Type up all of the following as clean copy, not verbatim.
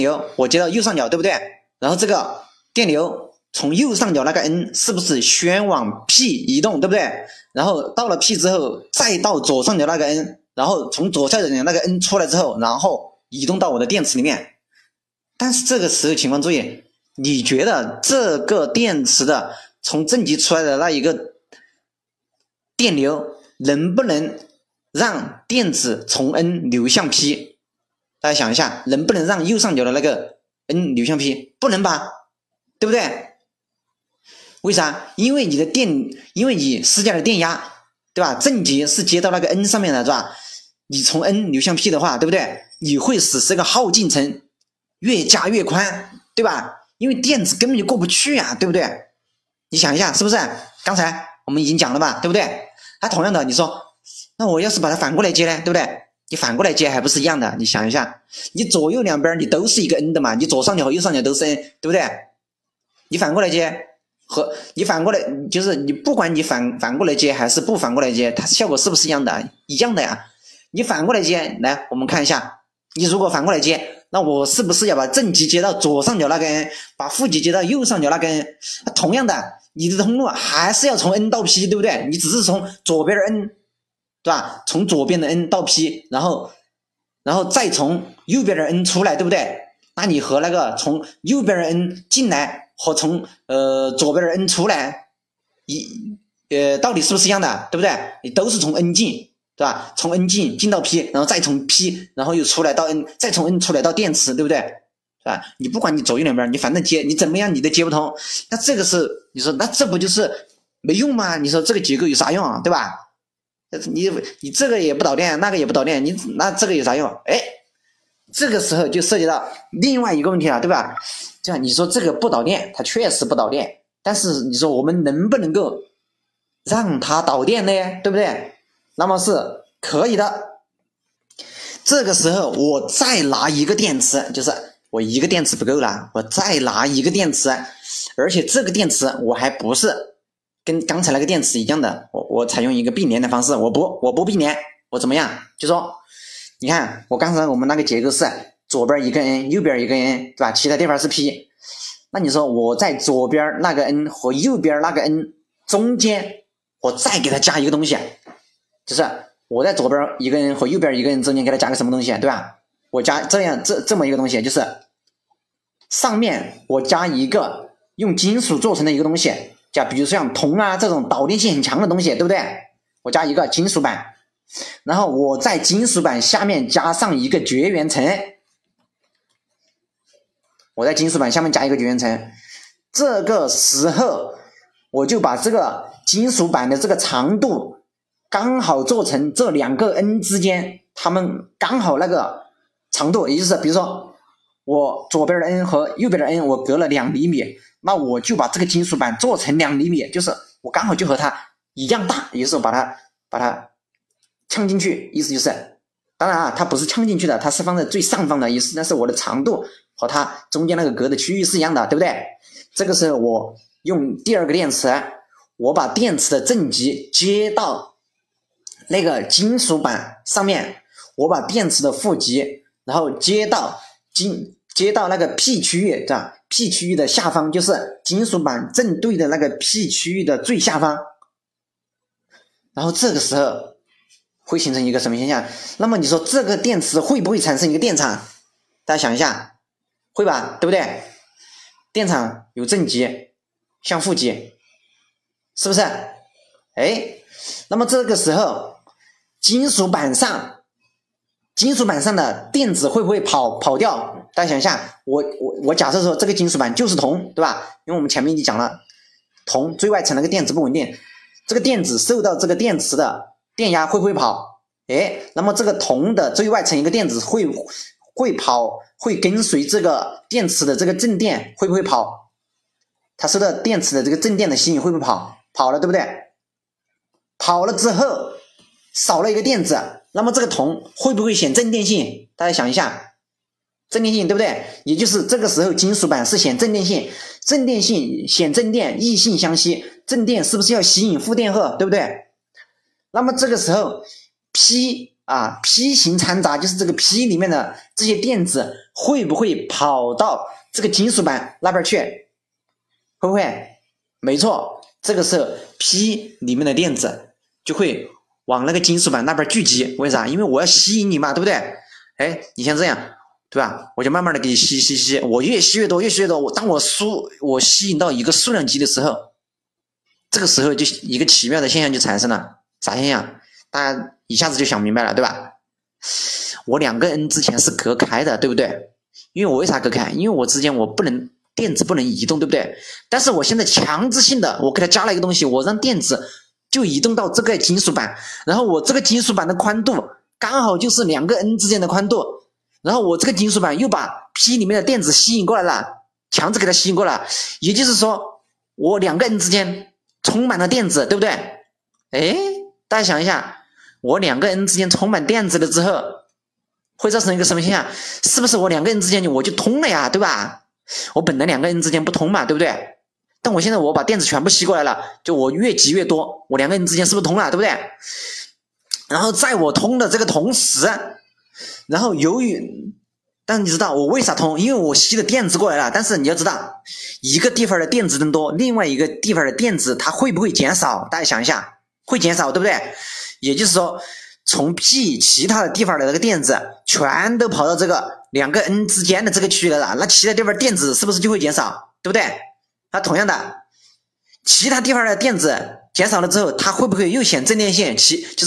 流我接到右上角，对不对？然后这个电流从右上角那个 N 是不是旋往 P 移动，对不对？然后到了 P 之后，再到左上角那个 N， 然后从左上角那个 N 出来之后，然后移动到我的电池里面。但是这个时候情况注意，你觉得这个电池的从正极出来的那一个电流能不能让电子从 N 流向 P？ 大家想一下，能不能让右上角的那个 N 流向 P？ 不能吧，对不对？为啥？因为你施加的电压，对吧？正极是接到那个 N 上面的，是吧？你从 N 流向 P 的话，对不对？你会使这个耗进程越加越宽，对吧？因为电子根本就过不去啊，对不对？你想一下，是不是？刚才我们已经讲了吧，对不对？同样的，你说，那我要是把它反过来接呢，对不对？你反过来接还不是一样的？你想一下，你左右两边你都是一个 N 的嘛，你左上角和右上角都是 N， 对不对？你反过来接和你反过来，就是你不管你反过来接还是不反过来接，它效果是不是一样的？一样的呀。你反过来接，来我们看一下，你如果反过来接，那我是不是要把正极接到左上角那个 N， 把负极接到右上角那个 N？ 同样的，你的通路还是要从 N 到 P， 对不对？你只是从左边的 N， 对吧？从左边的 N 到 P， 然后再从右边的 N 出来，对不对？那你和那个从右边的 N 进来和从左边的 N 出来，道理是不是一样的？对不对？你都是从 N 进，对吧？从 N 进到 P， 然后再从 P， 然后又出来到 N， 再从 N 出来到电池，对不对？是吧？你不管你左右两边，你反正接，你怎么样你都接不通。那这个是你说，那这不就是没用吗？你说这个结构有啥用啊？对吧？你这个也不导电，那个也不导电，那这个有啥用？哎，这个时候就涉及到另外一个问题了，对吧？这样你说这个不导电，它确实不导电，但是你说我们能不能够让它导电呢？对不对？那么是可以的。这个时候我再拿一个电池，就是我一个电池不够了，我再拿一个电池，而且这个电池我还不是跟刚才那个电池一样的，我采用一个并联的方式，我不并联，我怎么样？就说你看我刚才我们那个结构是左边一个 N， 右边一个 N， 对吧？其他地方是 P。那你说我在左边那个 N 和右边那个 N 中间，我再给它加一个东西，就是我在左边一个 N 和右边一个 N 中间给它加个什么东西，对吧？我加这么一个东西，就是上面我加一个用金属做成的一个东西，比如说像铜啊这种导电性很强的东西，对不对？我加一个金属板，然后我在金属板下面加上一个绝缘层，我在金属板下面加一个绝缘层，这个时候我就把这个金属板的这个长度刚好做成这两个 N 之间，它们刚好那个长度，也就是比如说我左边的 N 和右边的 N 我隔了2厘米，那我就把这个金属板做成2厘米，就是我刚好就和它一样大，也就是把它呛进去，意思就是当然啊，它不是呛进去的，它是放在最上方的意思，但是我的长度和它中间那个隔的区域是一样的，对不对？这个时候我用第二个电池，我把电池的正极接到那个金属板上面，我把电池的负极然后接到那个 P 区域，这样 P 区域的下方就是金属板正对的那个 P 区域的最下方，然后这个时候会形成一个什么现象？那么你说这个电池会不会产生一个电场？大家想一下，会吧，对不对？电场有正极向负极，是不是？哎，那么这个时候金属板上的电子会不会跑掉？大家想一下，我假设说这个金属板就是铜，对吧？因为我们前面已经讲了，铜最外层那个电子不稳定，这个电子受到这个电池的电压会不会跑？那么这个铜的最外层一个电子会跑，会跟随这个电池的这个正电会不会跑？它受到电池的这个正电的吸引会不会跑？跑了，对不对？跑了之后少了一个电子，那么这个铜会不会显正电性？大家想一下，正电性，对不对？也就是这个时候金属板是显正电性，正电性显正电，异性相吸，正电是不是要吸引负电荷，对不对？那么这个时候 P 型掺杂，就是这个 P 里面的这些电子会不会跑到这个金属板那边去？会不会？没错，这个时候 P 里面的电子就会往那个金属板那边聚集。为啥？因为我要吸引你嘛，对不对？哎，你像这样，对吧？我就慢慢的给你吸，我越吸越多，当我吸引到一个数量级的时候，这个时候就一个奇妙的现象就产生了。啥现象？大家一下子就想明白了，对吧？我两个 N 之前是隔开的，对不对？因为我为啥隔开？因为我之间电子不能移动，对不对？但是我现在强制性的我给它加了一个东西，我让电子就移动到这个金属板，然后我这个金属板的宽度刚好就是两个 N 之间的宽度，然后我这个金属板又把 P 里面的电子吸引过来了，强制给它吸引过来，也就是说我两个 N 之间充满了电子，对不对？哎，大家想一下，我两个 N 之间充满电子了之后会造成一个什么现象？是不是我两个 N 之间我就通了呀，对吧？我本来两个 N 之间不通嘛，对不对？但我现在我把电子全部吸过来了，就我越集越多，我两个 N 之间是不是通了，对不对？然后在我通的这个同时，然后但是你知道我为啥通？因为我吸的电子过来了。但是你要知道，一个地方的电子增多，另外一个地方的电子它会不会减少？大家想一下，会减少，对不对？也就是说，从 P 其他的地方的那个电子全都跑到这个两个 N 之间的这个区域了，那其他地方电子是不是就会减少？对不对？那同样的，其他地方的电子减少了之后，它会不会又显正电线？就是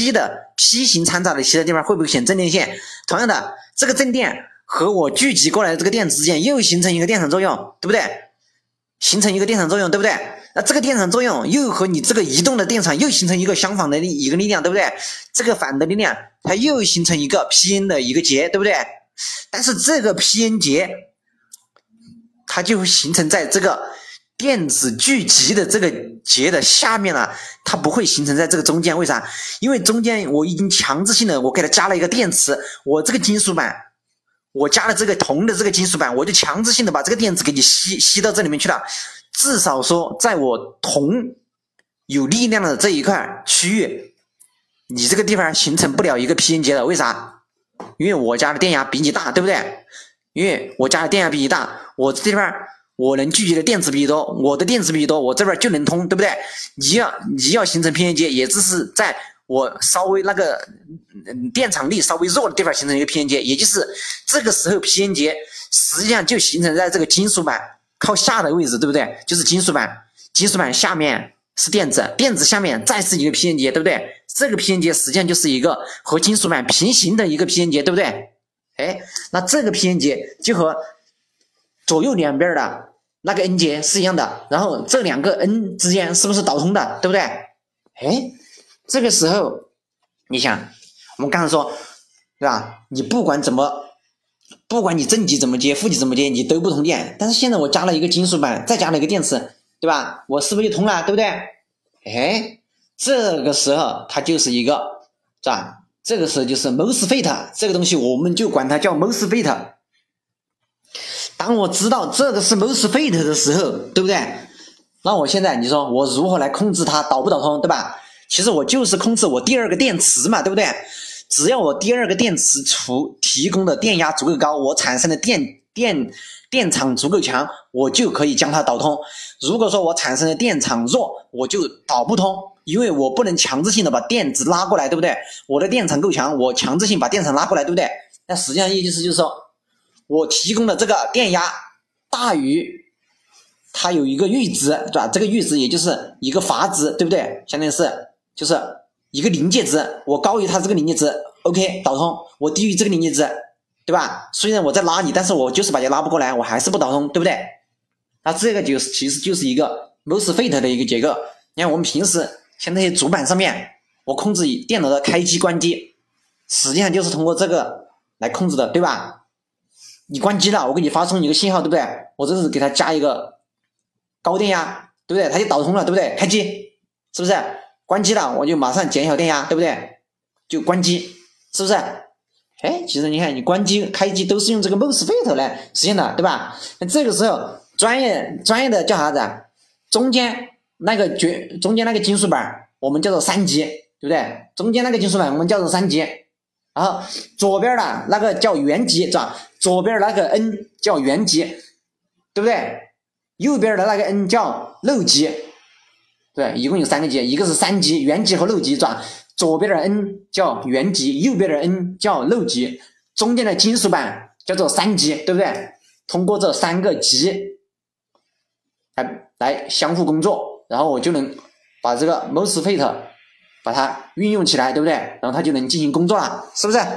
P 型参照的其他地方会不会显正电线？同样的，这个正电和我聚集过来的这个电子之间又形成一个电场作用，对不对？形成一个电场作用，对不对？那这个电场作用又和你这个移动的电场又形成一个相反的一个力量，对不对？这个反的力量它又形成一个 Pn 的一个结，对不对？但是这个 Pn 结它就会形成在这个电子聚集的这个结的下面了，它不会形成在这个中间。为啥？因为中间我已经强制性的我给它加了一个电池，我这个金属板我加了这个铜的这个金属板，我就强制性的把这个电子给你吸到这里面去了。至少说在我铜有力量的这一块区域，你这个地方形成不了一个 Pn 结的。为啥？因为我家的电压比你大，对不对？因为我家的电压比你大，我这地方我能聚集的电子比你多，我的电子比你多，我这边就能通，对不对？你要形成 Pn 结，也只是在我稍微那个电场力稍微弱的地方形成一个 Pn 结，也就是这个时候 Pn 结实际上就形成在这个金属板靠下的位置，对不对？就是金属板下面是电子，电子下面再是一个 Pn 结，对不对？这个 Pn 结实际上就是一个和金属板平行的一个 Pn 结，对不对？哎，那这个 Pn 结就和左右两边的那个 N 结是一样的，然后这两个 N 之间是不是导通的，对不对？哎，这个时候你想，我们刚才说，对吧？你不管你正极怎么接，负极怎么接，你都不通电。但是现在我加了一个金属板，再加了一个电池，对吧？我是不是就通了，对不对？哎，这个时候它就是一个，是吧？这个时候就是 MOSFET 这个东西，我们就管它叫 MOSFET。当我知道这个是 MOSFET 的时候，对不对？那我现在你说我如何来控制它导不导通，对吧？其实我就是控制我第二个电池嘛，对不对？只要我第二个电池提供的电压足够高，我产生的电场足够强，我就可以将它导通。如果说我产生的电场弱，我就导不通，因为我不能强制性的把电子拉过来，对不对？我的电场够强，我强制性把电场拉过来，对不对？那实际上意思就是说，我提供的这个电压大于它有一个阈值，对吧？这个阈值也就是一个阀值，对不对？相当于就是一个临界值，我高于它这个临界值 OK 导通，我低于这个临界值，对吧？虽然我在拉你，但是我就是把你拉不过来，我还是不导通，对不对？那这个其实就是一个 MOSFET 的一个结构。你看我们平时像那些主板上面，我控制电脑的开机关机，实际上就是通过这个来控制的，对吧？你关机了，我给你发送一个信号，对不对？我这是给它加一个高电压，对不对？它就导通了，对不对？开机是不是？关机了，我就马上减小电压，对不对？就关机，是不是？哎，其实你看，你关机、开机都是用这个 MOSFET 来实现的，对吧？那这个时候专业的叫啥子？中间那个金属板我们叫做三极，对不对？中间那个金属板我们叫做三极。 然后左边的那个叫原极，是吧？左边那个 n 叫原极，对不对？右边的那个 n 叫漏极，对，一共有3个极，一个是三极，原极和漏极，是吧？左边的 n 叫原极，右边的 n 叫漏极，中间的金属板叫做三极，对不对？通过这3个极来相互工作，然后我就能把这个 MOSFET 把它运用起来，对不对？然后它就能进行工作了，是不是？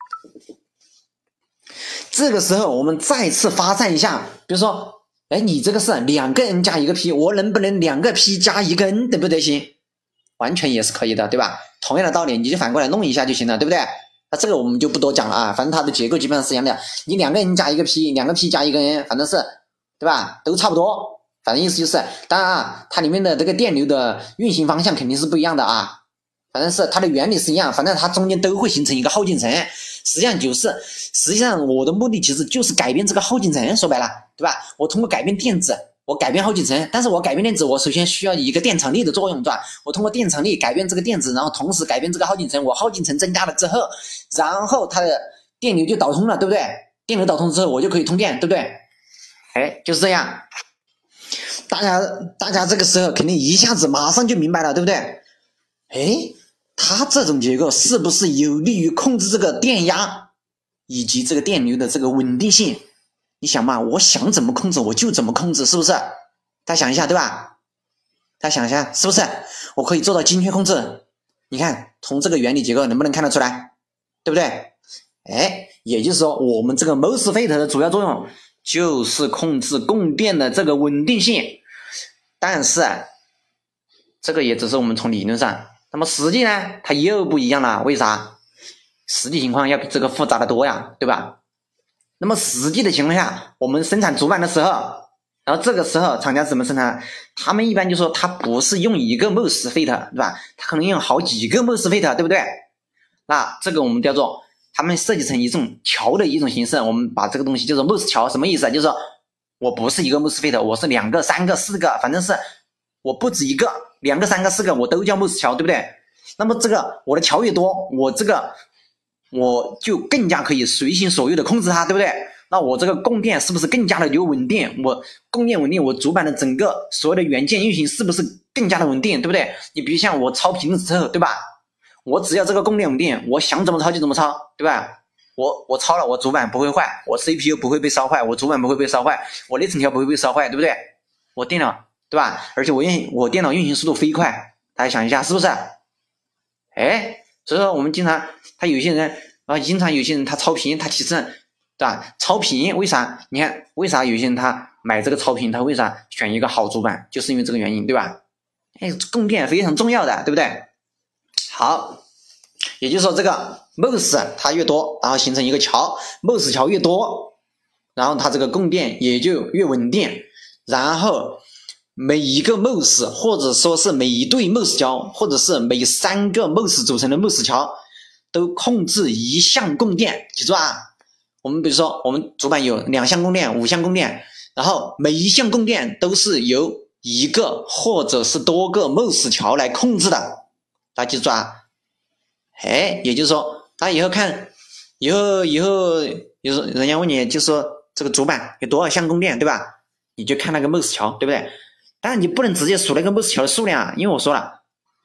这个时候我们再次发散一下，比如说，哎，你这个是2个 n 加1个 p， 我能不能2个 p 加1个 n 得不得行？完全也是可以的，对吧？同样的道理，你就反过来弄一下就行了，对不对？那这个我们就不多讲了啊，反正它的结构基本上是一样的。你2个 n 加1个 p， 2个 p 加1个 n， 反正是，对吧？都差不多。反正意思就是，当然啊，它里面的这个电流的运行方向肯定是不一样的啊。反正是它的原理是一样，反正它中间都会形成一个耗进程。实际上我的目的其实就是改变这个耗进程，说白了，对吧？我通过改变电子，我改变耗进程，但是我改变电子，我首先需要一个电场力的作用，对吧？我通过电场力改变这个电子，然后同时改变这个耗进程，我耗进程增加了之后，然后它的电流就导通了，对不对？电流导通之后，我就可以通电，对不对？哎，就是这样。大家这个时候肯定一下子马上就明白了，对不对？哎，它这种结构是不是有利于控制这个电压以及这个电流的这个稳定性？你想嘛，我想怎么控制我就怎么控制，是不是？大家想一下，对吧？大家想一下，是不是？我可以做到精确控制。你看，从这个原理结构能不能看得出来？对不对？哎，也就是说，我们这个 MOSFET 的主要作用就是控制供电的这个稳定性。但是这个也只是我们从理论上，那么实际呢，它又不一样了。为啥？实际情况要比这个复杂的多呀，对吧？那么实际的情况下，我们生产主板的时候，然后这个时候厂家怎么生产？他们一般就说它不是用一个 MOSFET， 对吧？它可能用好几个 MOSFET， 对不对？那这个我们叫做他们设计成一种桥的一种形式，我们把这个东西叫做 MOS 桥，什么意思？就是说我不是一个 MOSFET， 我是2个、3个、4个，反正是我不止一个，2个、3个、4个我都叫 MOS 桥，对不对？那么这个我的桥越多，我就更加可以随心所欲的控制它，对不对？那我这个供电是不是更加的有稳定？我供电稳定，我主板的整个所有的元件运行是不是更加的稳定，对不对？你比如像我超频的时候，对吧？我只要这个供电稳定，我想怎么超就怎么超，对吧？我超了，我主板不会坏，我 CPU 不会被烧坏，我主板不会被烧坏，我内存条不会被烧坏，对不对？我电脑，对吧？而且我电脑运行速度飞快，大家想一下是不是？哎，所以说我们经常有些人他超频，他其实对吧？超频为啥？你看为啥有些人他买这个超频，他为啥选一个好主板？就是因为这个原因，对吧？哎，供电非常重要的，对不对？好，也就是说这个 MOS 它越多，然后形成一个桥 ，MOS 桥越多，然后它这个供电也就越稳定，然后每一个 MOS 或者说是每一对 MOS 桥，或者是每3个 MOS 组成的 MOS 桥都控制一项供电，记住啊，我们比如说我们主板有2项供电、5项供电，然后每一项供电都是由一个或者是多个 MOS 桥来控制的，大家记住啊。哎，也就是说大家以后看以后有时候人家问你就说这个主板有多少项供电，对吧？你就看那个 MOS 桥，对不对？当然你不能直接数那个 MOS 桥的数量啊，因为我说了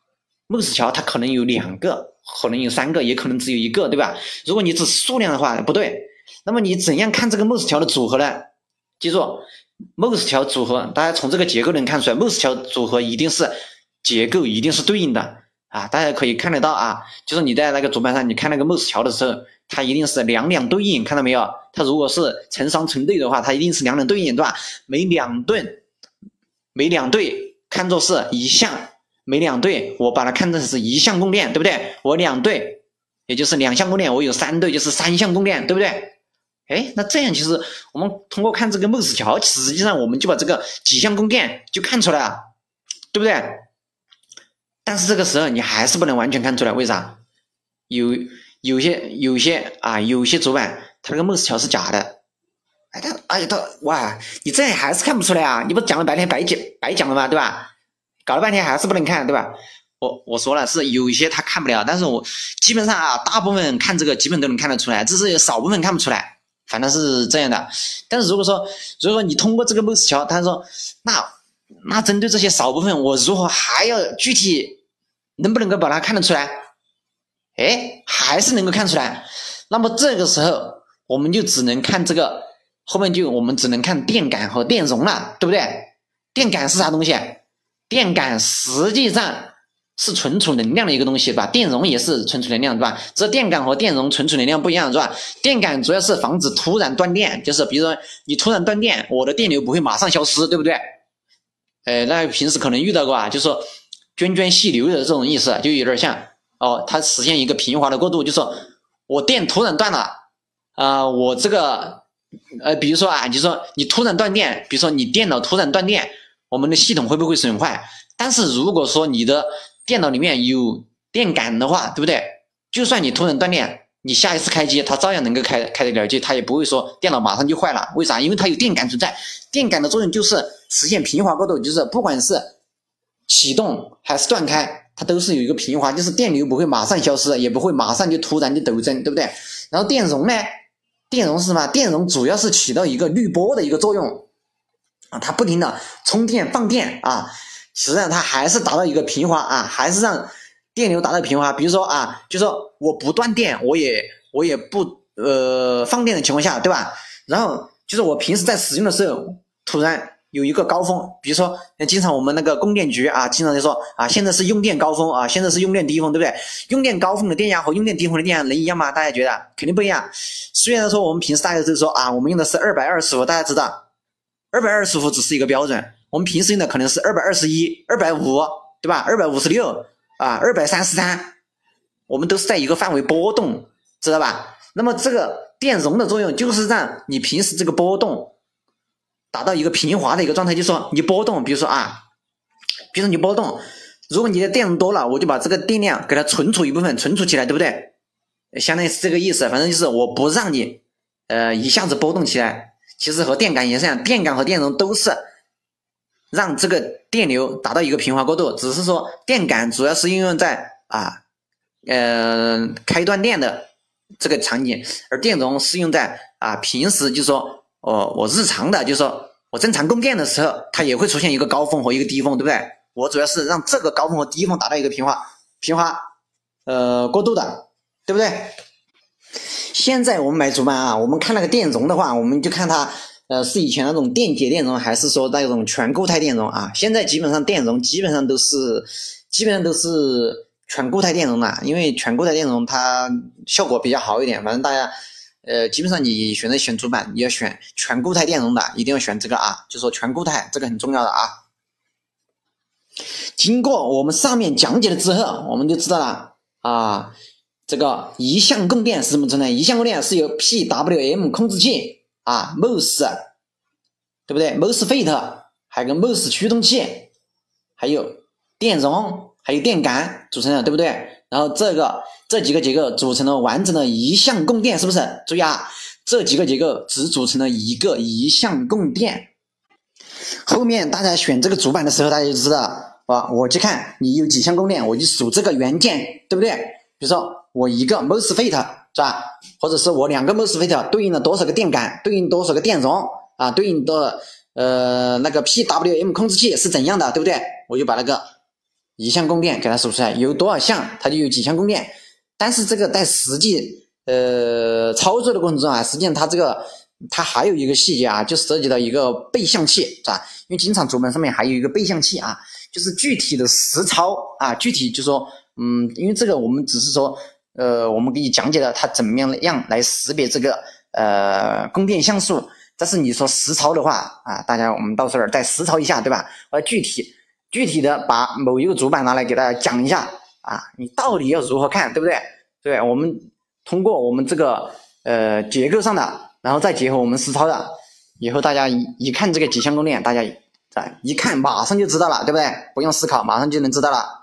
MOS 桥它可能有2个，可能有3个，也可能只有1个，对吧？如果你只数量的话不对，那么你怎样看这个 MOS 桥的组合呢？记住 MOS 桥组合，大家从这个结构能看出来 MOS 桥组合结构一定是对应的啊，大家可以看得到啊，就是你在那个主板上你看那个 MOS 桥的时候，它一定是两对应，看到没有？它如果是成双成对的话，它一定是两对应，对吧？每两对看作是一项，每2对我把它看作是1项供电，对不对？我2对也就是2项供电，我有3对就是3项供电，对不对？哎，那这样其实我们通过看这个 MOS 桥，实际上我们就把这个几项供电就看出来了，对不对？但是这个时候你还是不能完全看出来，为啥？有些主板它那个 MOS 桥是假的，哇，你这样还是看不出来啊？你不讲了半天白讲了吗？对吧？搞了半天还是不能看，对吧？ 我说了是有一些他看不了，但是我基本上啊，大部分看这个基本都能看得出来，只是有少部分看不出来，反正是这样的。但是如果说你通过这个 MOS 桥，他说那针对这些少部分，我如何还要具体能不能够把它看得出来？还是能够看出来。那么这个时候我们就只能看这个后面我们只能看电感和电容了，对不对？电感是啥东西？电感实际上是存储能量的一个东西，对吧？电容也是存储能量，对吧？这电感和电容存储能量不一样，是吧？电感主要是防止突然断电，就是比如说你突然断电，我的电流不会马上消失，对不对？那平时可能遇到过啊，就是说涓涓细流的这种意思，就有点像它实现一个平滑的过渡，就是说我电突然断了我这个比如说啊，就是说你突然断电，比如说你电脑突然断电，我们的系统会不会损坏？但是如果说你的电脑里面有电感的话，对不对？就算你突然断电，你下一次开机它照样能够开得了机，它也不会说电脑马上就坏了。为啥？因为它有电感存在。电感的作用就是实现平滑过渡，就是不管是启动还是断开，它都是有一个平滑，就是电流不会马上消失，也不会马上就突然就陡增，对不对？然后电容呢？电容是什么？电容主要是起到一个滤波的一个作用它不停的充电放电实际上它还是达到一个平滑还是让电流达到平滑。比如说就是说我不断电，我也不放电的情况下，对吧？然后就是我平时在使用的时候，突然有一个高峰，比如说经常我们那个供电局经常就说现在是用电高峰现在是用电低峰，对不对？用电高峰的电压和用电低峰的电压能一样吗？大家觉得肯定不一样。虽然说我们平时大家都说我们用的是220伏，大家知道220伏只是一个标准，我们平时用的可能是221、250，对吧？256233，我们都是在一个范围波动，知道吧？那么这个电容的作用就是让你平时这个波动达到一个平滑的一个状态，就是说你波动，比如说你波动，如果你的电容多了，我就把这个电量给它存储一部分，存储起来，对不对？相当于是这个意思。反正就是我不让你一下子波动起来。其实和电感也是一样，电感和电容都是让这个电流达到一个平滑过渡，只是说电感主要是应用在开断电的这个场景，而电容是用在平时就是说我日常的，就是说我正常供电的时候，它也会出现一个高峰和一个低峰，对不对？我主要是让这个高峰和低峰达到一个平滑过渡的，对不对？现在我们买主板我们看那个电容的话，我们就看它是以前那种电解电容还是说那种全固态电容现在基本上电容基本上都是全固态电容的，因为全固态电容它效果比较好一点。反正大家基本上你选主板，你要选全固态电容的，一定要选这个就说全固态，这个很重要的经过我们上面讲解了之后，我们就知道了这个一项供电是怎么存在？一项供电是由 PWM 控制器MOS 对不对？ MOSFET 还有个 MOS 驱动器，还有电容，还有电感组成的，对不对？然后这几个结构组成了完整的一项供电，是不是？注意这几个结构只组成了一项供电。后面大家选这个主板的时候，大家就知道我去看你有几项供电，我就数这个元件，对不对？比如说我一个 MOSFET 是吧？或者是我两个 MOSFET 对应了多少个电感，对应多少个电容对应的那个 PWM 控制器是怎样的，对不对？我就把那个一项供电给它数出来，有多少项它就有几项供电。但是这个在实际操作的过程中实际上它还有一个细节就涉及到一个备项器，是吧？因为经常主板上面还有一个备项器就是具体的实操具体就是说因为这个我们只是说我们给你讲解了它怎么样来识别这个供电像素，但是你说实操的话大家我们到时候再实操一下，对吧？我要具体的把某一个主板拿来给大家讲一下你到底要如何看，对不对？对，我们通过我们这个结构上的，然后再结合我们实操的，以后大家一看这个几项供电，大家一看马上就知道了，对不对？不用思考，马上就能知道了。